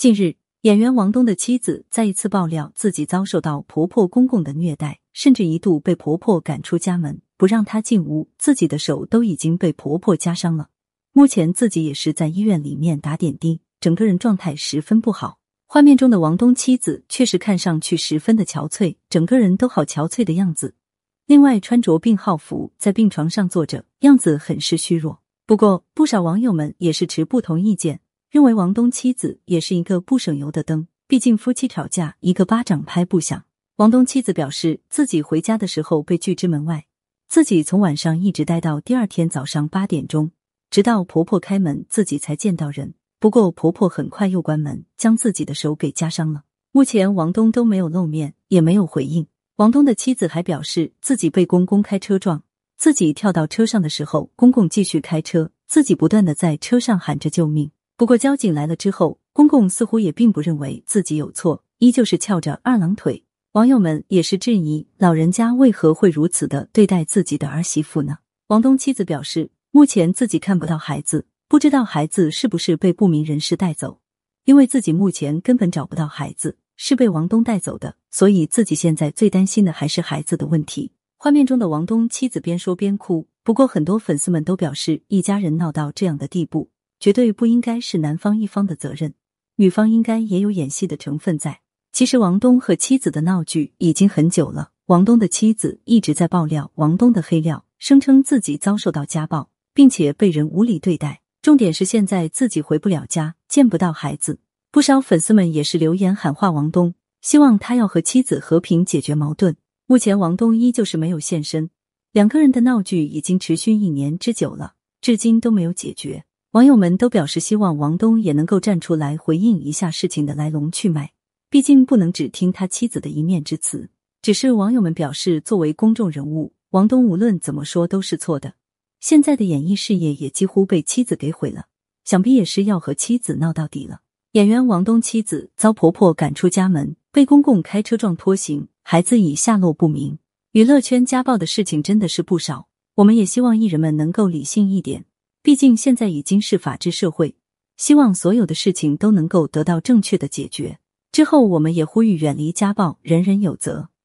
近日，演员王东的妻子再一次爆料自己遭受到婆婆公公的虐待，甚至一度被婆婆赶出家门，不让她进屋，自己的手都已经被婆婆夹伤了。目前自己也是在医院里面打点滴，整个人状态十分不好。画面中的王东妻子确实看上去十分的憔悴，整个人都好憔悴的样子。另外穿着病号服在病床上坐着，样子很是虚弱。不过不少网友们也是持不同意见，认为王东妻子也是一个不省油的灯，毕竟夫妻吵架一个巴掌拍不响。王东妻子表示，自己回家的时候被拒之门外，自己从晚上一直待到第二天早上8点钟，直到婆婆开门自己才见到人。不过婆婆很快又关门，将自己的手给夹伤了。目前王东都没有露面，也没有回应。王东的妻子还表示，自己被公公开车撞，自己跳到车上的时候，公公继续开车，自己不断的在车上喊着救命。不过交警来了之后，公公似乎也并不认为自己有错，依旧是翘着二郎腿。网友们也是质疑，老人家为何会如此的对待自己的儿媳妇呢？王东妻子表示，目前自己看不到孩子，不知道孩子是不是被不明人士带走，因为自己目前根本找不到孩子，是被王东带走的，所以自己现在最担心的还是孩子的问题。画面中的王东妻子边说边哭，不过很多粉丝们都表示，一家人闹到这样的地步，绝对不应该是男方一方的责任，女方应该也有演戏的成分在。其实王东和妻子的闹剧已经很久了，王东的妻子一直在爆料王东的黑料，声称自己遭受到家暴，并且被人无理对待。重点是现在自己回不了家，见不到孩子。不少粉丝们也是留言喊话王东，希望他要和妻子和平解决矛盾。目前王东依旧是没有现身，两个人的闹剧已经持续1年之久了，至今都没有解决。网友们都表示希望王东也能够站出来回应一下事情的来龙去脉，毕竟不能只听他妻子的一面之词。只是网友们表示，作为公众人物，王东无论怎么说都是错的，现在的演艺事业也几乎被妻子给毁了，想必也是要和妻子闹到底了。演员王东妻子遭婆婆赶出家门，被公公开车撞拖行，孩子已下落不明。娱乐圈家暴的事情真的是不少，我们也希望艺人们能够理性一点，毕竟现在已经是法治社会，希望所有的事情都能够得到正确的解决。之后我们也呼吁远离家暴，人人有责。